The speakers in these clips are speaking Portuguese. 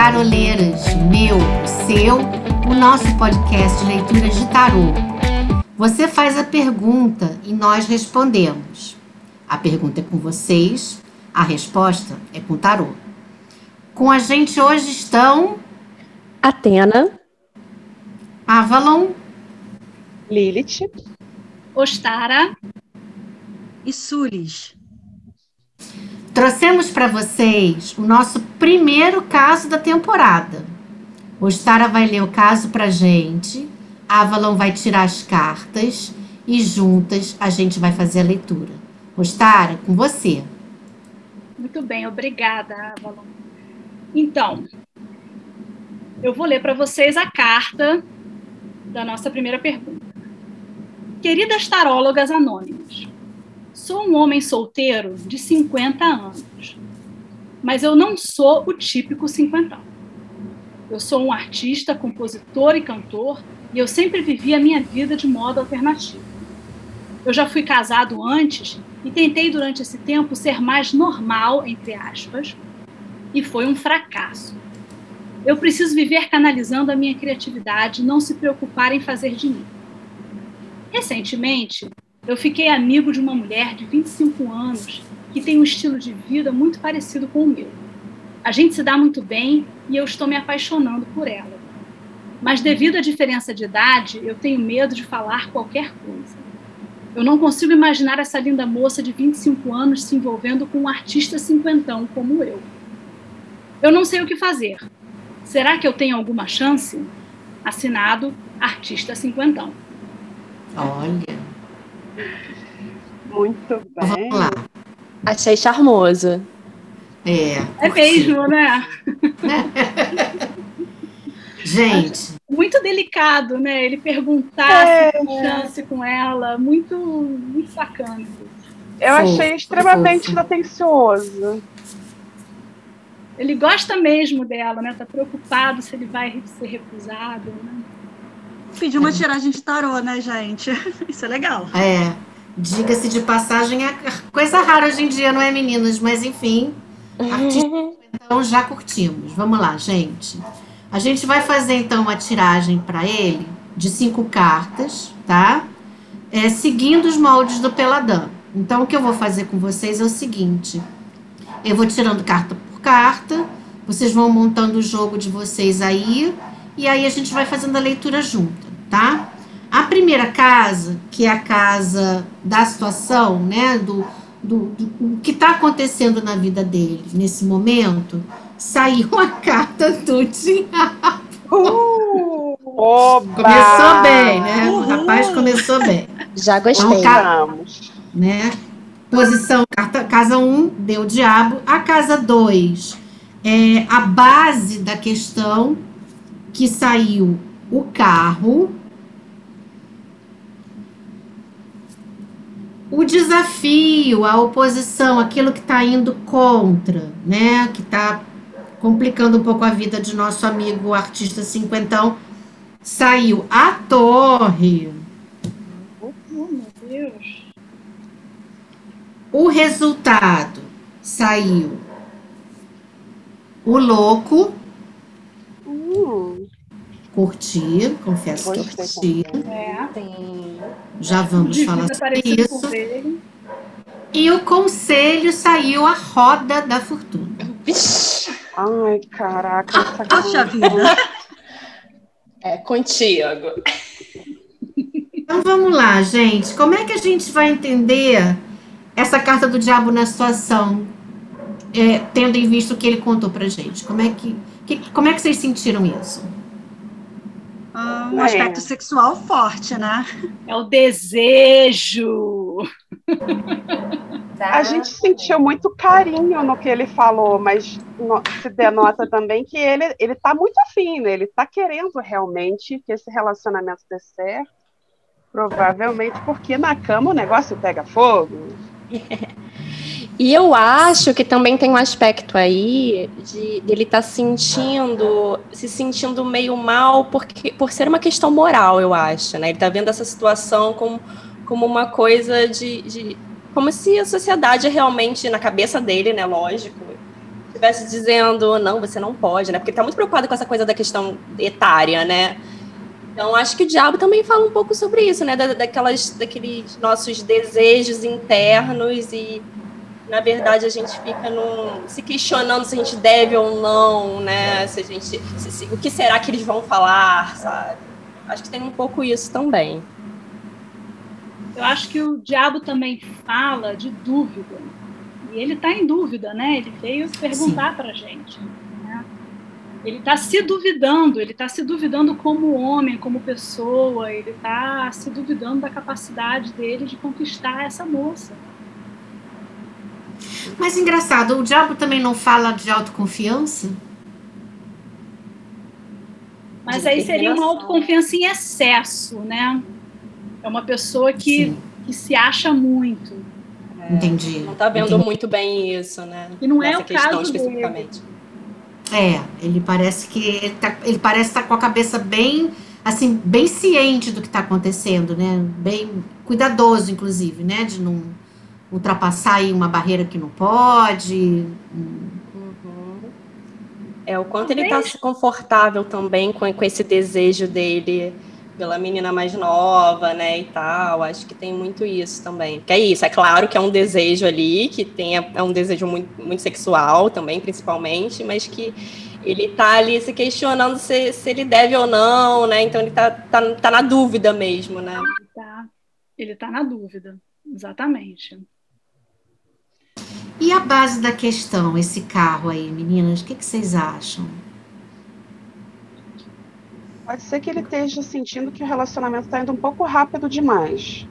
Taroleiras, meu, o seu, o nosso podcast de leituras de tarô. Você faz a pergunta e nós respondemos. A pergunta é com vocês, a resposta é com tarô. Com a gente hoje estão Atena, Avalon, Lilith, Ostara e Sulis. Trouxemos para vocês o nosso primeiro caso da temporada. Ostara vai ler o caso pra gente, Avalon vai tirar as cartas e juntas a gente vai fazer a leitura. Ostara, com você. Muito bem, obrigada, Avalon. Então, eu vou ler para vocês a carta da nossa primeira pergunta. Queridas tarólogas anônimas, sou um homem solteiro de 50 anos, mas eu não sou o típico cinquentão. Eu sou um artista, compositor e cantor e eu sempre vivi a minha vida de modo alternativo. Eu já fui casado antes e tentei durante esse tempo ser mais normal, entre aspas, e foi um fracasso. Eu preciso viver canalizando a minha criatividade e não se preocupar em fazer de mim. Recentemente, eu fiquei amigo de uma mulher de 25 anos que tem um estilo de vida muito parecido com o meu. A gente se dá muito bem e eu estou me apaixonando por ela. Mas devido à diferença de idade, eu tenho medo de falar qualquer coisa. Eu não consigo imaginar essa linda moça de 25 anos se envolvendo com um artista cinquentão como eu. Eu não sei o que fazer. Será que eu tenho alguma chance? Assinado, Artista Cinquentão. Olha. muito bem. Vamos lá. achei charmoso. É mesmo, né? Gente, Muito delicado, né? Ele perguntar se tem chance com ela. Muito, muito bacana. Eu Fofo, achei extremamente fofo. atencioso. Ele gosta mesmo dela, né? Tá preocupado se ele vai ser recusado, né? Pediu uma tiragem de tarô, né, gente? Isso é legal. diga-se de passagem, é coisa rara hoje em dia, não é, meninas? Mas enfim, artista então já curtimos. Vamos lá, gente. A gente vai fazer então uma tiragem para ele de 5 cartas, tá? Seguindo os moldes do Peladão. Então, o que eu vou fazer com vocês é o seguinte: eu vou tirando carta por carta, vocês vão montando o jogo de vocês aí, e aí a gente vai fazendo a leitura junta, tá? A primeira casa, que é a casa da situação, né, do que está acontecendo na vida dele nesse momento, saiu a carta do diabo. Oba! Começou bem, né? O rapaz começou bem. Já gostei. Então, Vamos. né? Posição, casa 1, deu o diabo. A casa 2 é a base da questão, que saiu o carro. O desafio, a oposição, aquilo que está indo contra, né? Que está complicando um pouco a vida de nosso amigo artista cinquentão, saiu a torre. Oh, meu Deus. O resultado, saiu o louco. Curti, confesso que eu Gostei curti. Sim. Já vamos De falar vida sobre parecido com isso. ele. E o conselho, saiu a roda da fortuna. Vixe, Ai, caraca, essa Poxa vida. é contigo. Então vamos lá, gente. Como é que a gente vai entender essa carta do diabo na situação, tendo em vista o que ele contou pra gente? Como é que vocês sentiram isso? Um aspecto sexual forte, né? É o desejo. A gente sentiu muito carinho no que ele falou, mas se denota também que ele tá muito afim, né? Ele tá querendo realmente que esse relacionamento dê certo. Provavelmente porque na cama o negócio pega fogo. E eu acho que também tem um aspecto aí de ele estar se sentindo meio mal por ser uma questão moral, eu acho, né? Ele tá vendo essa situação como uma coisa como se a sociedade realmente, na cabeça dele, né, lógico, estivesse dizendo, não, você não pode, né? Porque ele tá muito preocupado com essa coisa da questão etária, né? Então, acho que o diabo também fala um pouco sobre isso, né? Daqueles nossos desejos internos e, na verdade, a gente fica se questionando se a gente deve ou não, né? O que será que eles vão falar, sabe? Acho que tem um pouco isso também. Eu acho que o diabo também fala de dúvida. E ele está em dúvida, né? Ele veio perguntar para a gente. Né? Ele está se duvidando como homem, como pessoa, ele está se duvidando da capacidade dele de conquistar essa moça. Mas engraçado, o diabo também não fala de autoconfiança? Mas aí seria uma autoconfiança em excesso, né? É uma pessoa que se acha muito. Entendi. Não está vendo muito bem isso, né? E não é nessa o questão caso especificamente. Ele parece que ele parece estar com a cabeça bem, assim, bem ciente do que está acontecendo, né? Bem cuidadoso, inclusive, né? De não ultrapassar aí uma barreira que não pode. O quanto ele está confortável também com esse desejo dele pela menina mais nova, né, e tal. Acho que tem muito isso também. Que é isso, é claro que é um desejo ali, que é um desejo muito, muito sexual também, principalmente, mas que ele tá ali se questionando se ele deve ou não, né, então ele tá na dúvida mesmo, né. Ele tá na dúvida, exatamente. E a base da questão, esse carro aí, meninas, o que vocês acham? Pode ser que ele esteja sentindo que o relacionamento está indo um pouco rápido demais.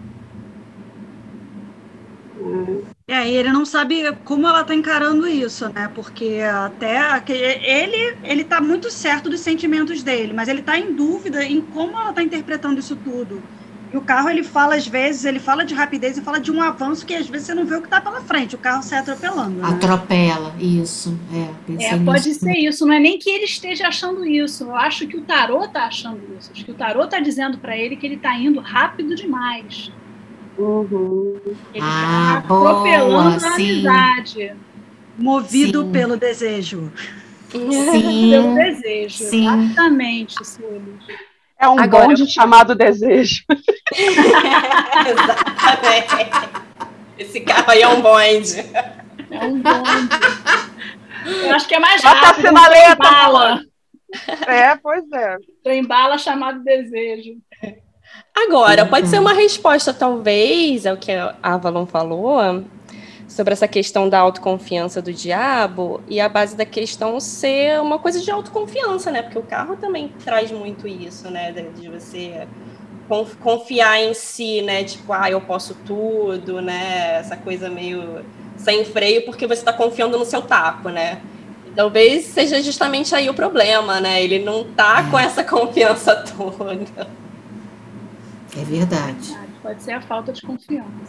E ele não sabe como ela está encarando isso, né? Porque até ele está muito certo dos sentimentos dele, mas ele está em dúvida em como ela está interpretando isso tudo. E o carro, ele fala às vezes, ele fala de rapidez e fala de um avanço que às vezes você não vê o que está pela frente, o carro sai atropelando. Né? Atropela, isso. Pode ser isso, não é nem que ele esteja achando isso, eu acho que o tarô está achando isso, acho que o tarô está dizendo para ele que ele está indo rápido demais. Ele está atropelando a amizade. Movido pelo desejo. Sim. Pelo desejo, sim. Exatamente, Sueli. É um bonde chamado desejo. Exatamente. Esse carro aí é um bonde. É um bonde. Eu acho que é mais rápido. Bota a sinaleta. Bala. Pois é. Trem bala chamado desejo. Agora, pode ser uma resposta, talvez, ao que a Avalon falou, sobre essa questão da autoconfiança do diabo, e a base da questão ser uma coisa de autoconfiança, né? Porque o carro também traz muito isso, né? De você confiar em si, né? Tipo, eu posso tudo, né? Essa coisa meio sem freio, porque você está confiando no seu taco, né? E talvez seja justamente aí o problema, né? Ele não tá com essa confiança toda. É verdade. Pode ser a falta de confiança.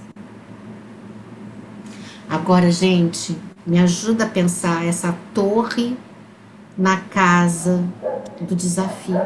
Agora, gente, me ajuda a pensar essa torre na casa do desafio.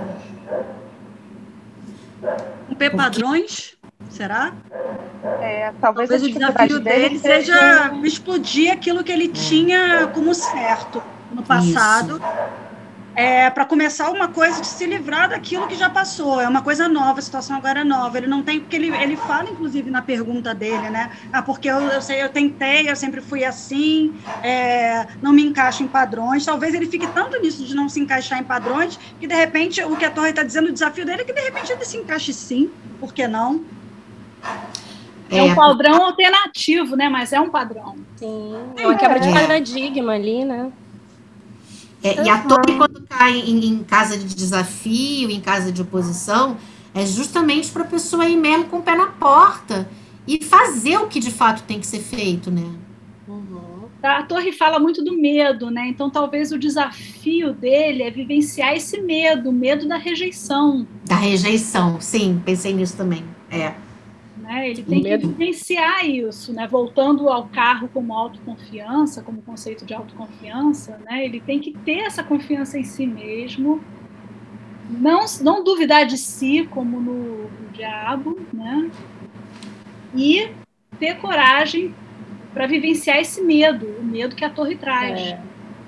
Padrões? Será? Talvez o desafio dele seja explodir aquilo que ele tinha como certo no passado. Para começar uma coisa de se livrar daquilo que já passou, é uma coisa nova, a situação agora é nova, ele não tem, porque ele fala inclusive na pergunta dele, né, porque eu tentei, eu sempre fui assim, não me encaixo em padrões, talvez ele fique tanto nisso de não se encaixar em padrões, que de repente, o que a Torre está dizendo, o desafio dele é que de repente ele se encaixe sim, por que não? É um padrão alternativo, né, mas é um padrão. Sim, é uma quebra de paradigma ali, né. E a torre, quando cai em casa de desafio, em casa de oposição, é justamente para a pessoa ir mesmo com o pé na porta e fazer o que de fato tem que ser feito, né? A torre fala muito do medo, né? Então talvez o desafio dele é vivenciar esse medo, o medo da rejeição. Da rejeição, sim, pensei nisso também. Ele tem que vivenciar isso, né? Voltando ao carro como autoconfiança, como conceito de autoconfiança, né? Ele tem que ter essa confiança em si mesmo, não duvidar de si, como no diabo, né? E ter coragem para vivenciar esse medo, o medo que a torre traz.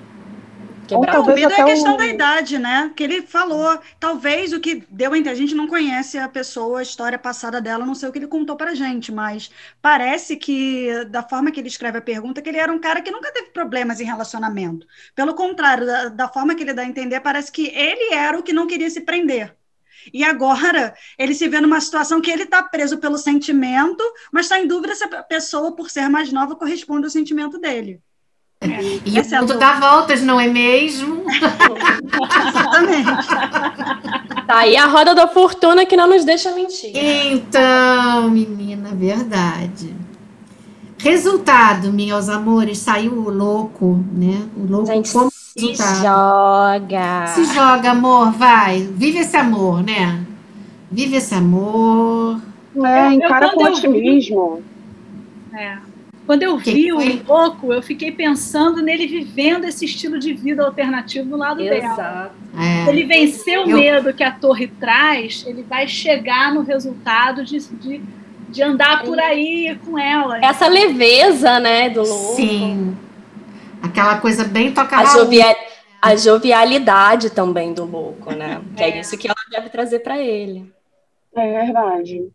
Ou Quebrar. Ou talvez medo é até a questão o- da idade, né? Que ele falou, talvez o que deu entre a gente não conhece a pessoa, a história passada dela, não sei o que ele contou pra gente, mas parece que, da forma que ele escreve a pergunta, que ele era um cara que nunca teve problemas em relacionamento. Pelo contrário, da forma que ele dá a entender, parece que ele era o que não queria se prender. E agora ele se vê numa situação que ele está preso pelo sentimento, mas está em dúvida se a pessoa, por ser mais nova, corresponde ao sentimento dele. E o Essa é a mundo dúvida. dá voltas, não é mesmo? Exatamente. Tá aí a roda da fortuna que não nos deixa mentir. Então, menina, verdade. Resultado, meus amores, saiu o louco, né? O louco Gente, como se resultado. joga. Se joga, amor, vai. Vive esse amor, né? Vive esse amor. encara quando com eu vi, otimismo. quando eu Que vi foi? o louco, eu fiquei pensando nele vivendo esse estilo de vida alternativo do lado dela. Exato. Se ele vencer o Eu- medo que a torre traz, ele vai chegar no resultado de andar por aí com ela. Essa leveza, né, do louco. Sim. Aquela coisa bem toca A, Raul. a jovialidade também do louco, né? Que é isso que ela deve trazer para ele. É verdade.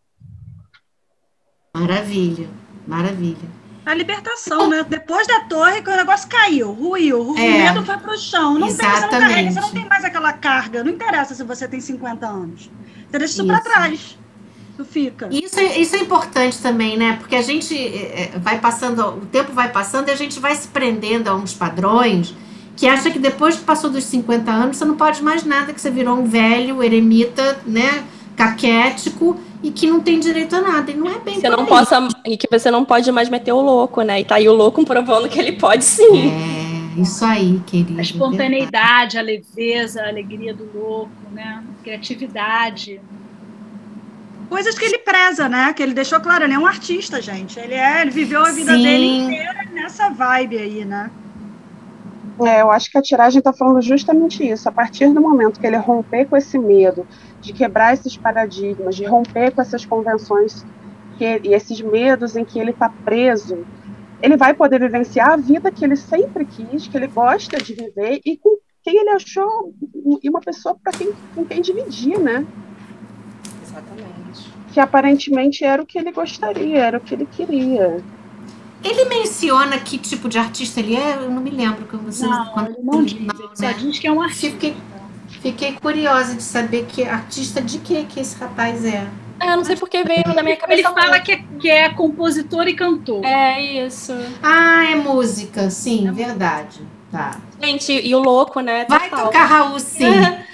Maravilha, maravilha. A libertação, né? Depois da torre, que o negócio caiu, ruiu, o medo foi pro chão. Não tem, você não carrega, você não tem mais aquela carga. Não interessa se você tem 50 anos. Você deixa isso para trás. Isso fica. Isso é importante também, né? Porque a gente vai passando, o tempo vai passando e a gente vai se prendendo a uns padrões que acha que depois que passou dos 50 anos você não pode mais nada, que você virou um velho eremita, né? Caquético e que não tem direito a nada. E não é bem E que você não pode mais meter o louco, né? E tá aí o louco provando que ele pode sim. Isso aí, querido. A espontaneidade, a leveza, a alegria do louco, né? A criatividade. Coisas que ele preza, né? Que ele deixou claro, ele é um artista, gente. Ele viveu a vida dele inteira nessa vibe aí, né? Eu acho que a tiragem está falando justamente isso. A partir do momento que ele romper com esse medo, de quebrar esses paradigmas, de romper com essas convenções e esses medos em que ele está preso, ele vai poder vivenciar a vida que ele sempre quis, que ele gosta de viver e com quem ele achou e uma pessoa com quem dividir, né? Exatamente. Que aparentemente era o que ele gostaria, era o que ele queria. Ele menciona que tipo de artista ele é? Eu não me lembro. Não, ele não diz. Ele só diz que é um artista. Fiquei curiosa de saber que artista de que esse rapaz é. Eu não sei porque veio na minha cabeça. Ele fala que é compositor e cantor. É isso. Ah, é música, sim, verdade. Tá. Gente, e o louco, né? Vai tocar Raul, sim.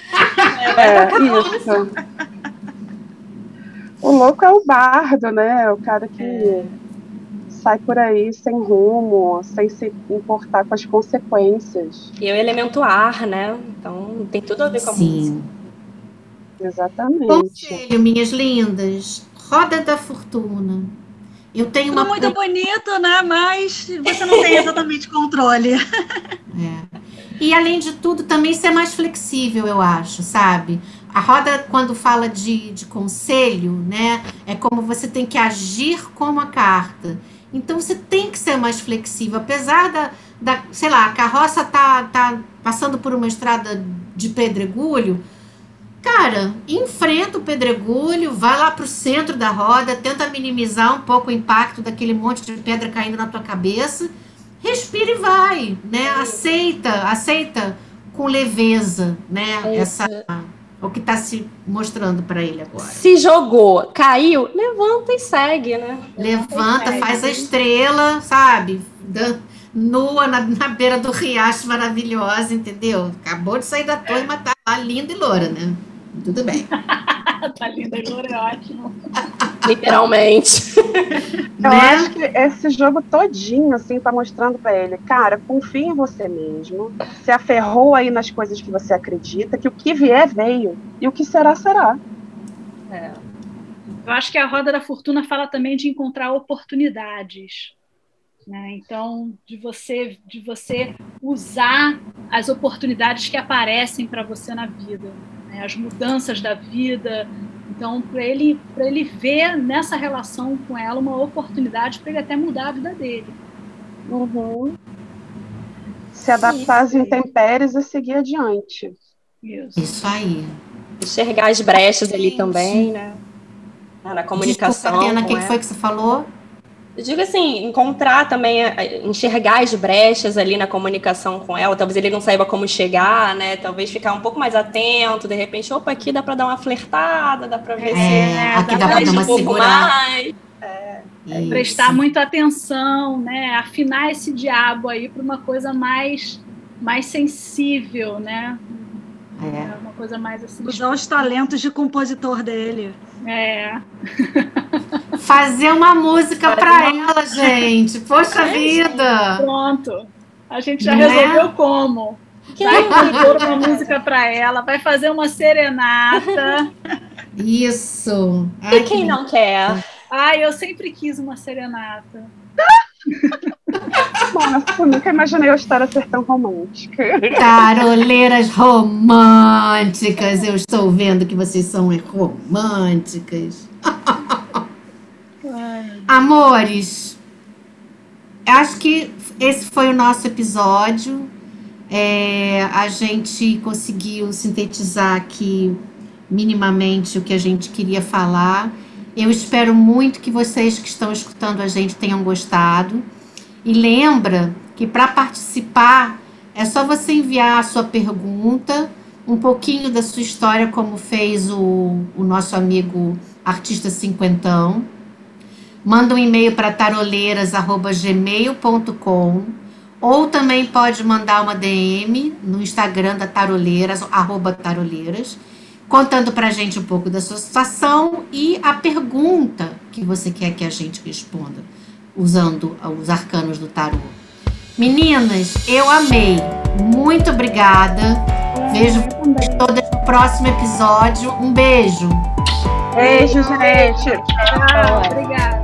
Isso. O louco é o bardo, né? O cara que sai por aí sem rumo, sem se importar com as consequências. E o elemento ar, né? Então tem tudo a ver com a música. Exatamente. Conselho, minhas lindas. Roda da Fortuna. Eu tenho Tudo muito bonito, né? Mas você não tem exatamente controle. E além de tudo, também ser mais flexível, eu acho, sabe? A roda, quando fala de conselho, né? É como você tem que agir como a carta. Então você tem que ser mais flexível. Apesar sei lá, a carroça tá passando por uma estrada de pedregulho, cara, enfrenta o pedregulho, vai lá pro centro da roda, tenta minimizar um pouco o impacto daquele monte de pedra caindo na tua cabeça, respira e vai, né? Aceita com leveza, né? O que está se mostrando para ele agora. Se jogou, caiu, levanta e segue, né? Levanta, faz a estrela, sabe? Nua na beira do riacho maravilhosa, entendeu? Acabou de sair da torre, mas tá lá linda e loura, né? Tudo bem. Tá linda e loura, é ótimo. Literalmente. Eu acho que esse jogo todinho, assim, tá mostrando pra ele, cara, confia em você mesmo, se aferrou aí nas coisas que você acredita, que o que vier, veio, e o que será, será. Eu acho que a Roda da Fortuna fala também de encontrar oportunidades, né? Então, de você usar as oportunidades que aparecem para você na vida, né? As mudanças da vida. Então, para ele ver nessa relação com ela uma oportunidade para ele até mudar a vida dele. Uhum. Se adaptar às intempéries e seguir adiante. Isso aí. Enxergar as brechas ali também, né? Na comunicação. Desculpa, Atena, o que foi que você falou? Eu digo assim, encontrar também, enxergar as brechas ali na comunicação com ela. Talvez ele não saiba como chegar, né? Talvez ficar um pouco mais atento, de repente, opa, aqui dá para dar uma flertada, dá para ver se aqui dá para dar uma segurada. Prestar muita atenção, né? Afinar esse diabo aí para uma coisa mais sensível, né? Uma coisa mais assim. Usar os talentos de compositor dele. Fazer uma música para ela, gente. Poxa vida! Pronto. A gente já resolveu como. Vai compor uma música para ela, vai fazer uma serenata. Isso. E quem não quer? Eu sempre quis uma serenata. Nossa, eu nunca imaginei a história ser tão romântica. Taroleiras românticas. Eu estou vendo que vocês são românticas. Amores, acho que esse foi o nosso episódio. A gente conseguiu sintetizar aqui minimamente o que a gente queria falar. Eu espero muito que vocês que estão escutando a gente tenham gostado. E lembra que para participar é só você enviar a sua pergunta, um pouquinho da sua história, como fez o nosso amigo artista cinquentão. Manda um e-mail para taroleiras@gmail.com, ou também pode mandar uma DM no Instagram da Taroleiras, @taroleiras, contando pra gente um pouco da sua situação e a pergunta que você quer que a gente responda, usando os arcanos do tarô. Meninas, eu amei. Muito obrigada. Vejo todas no próximo episódio. Um beijo. Beijo, gente. Obrigada.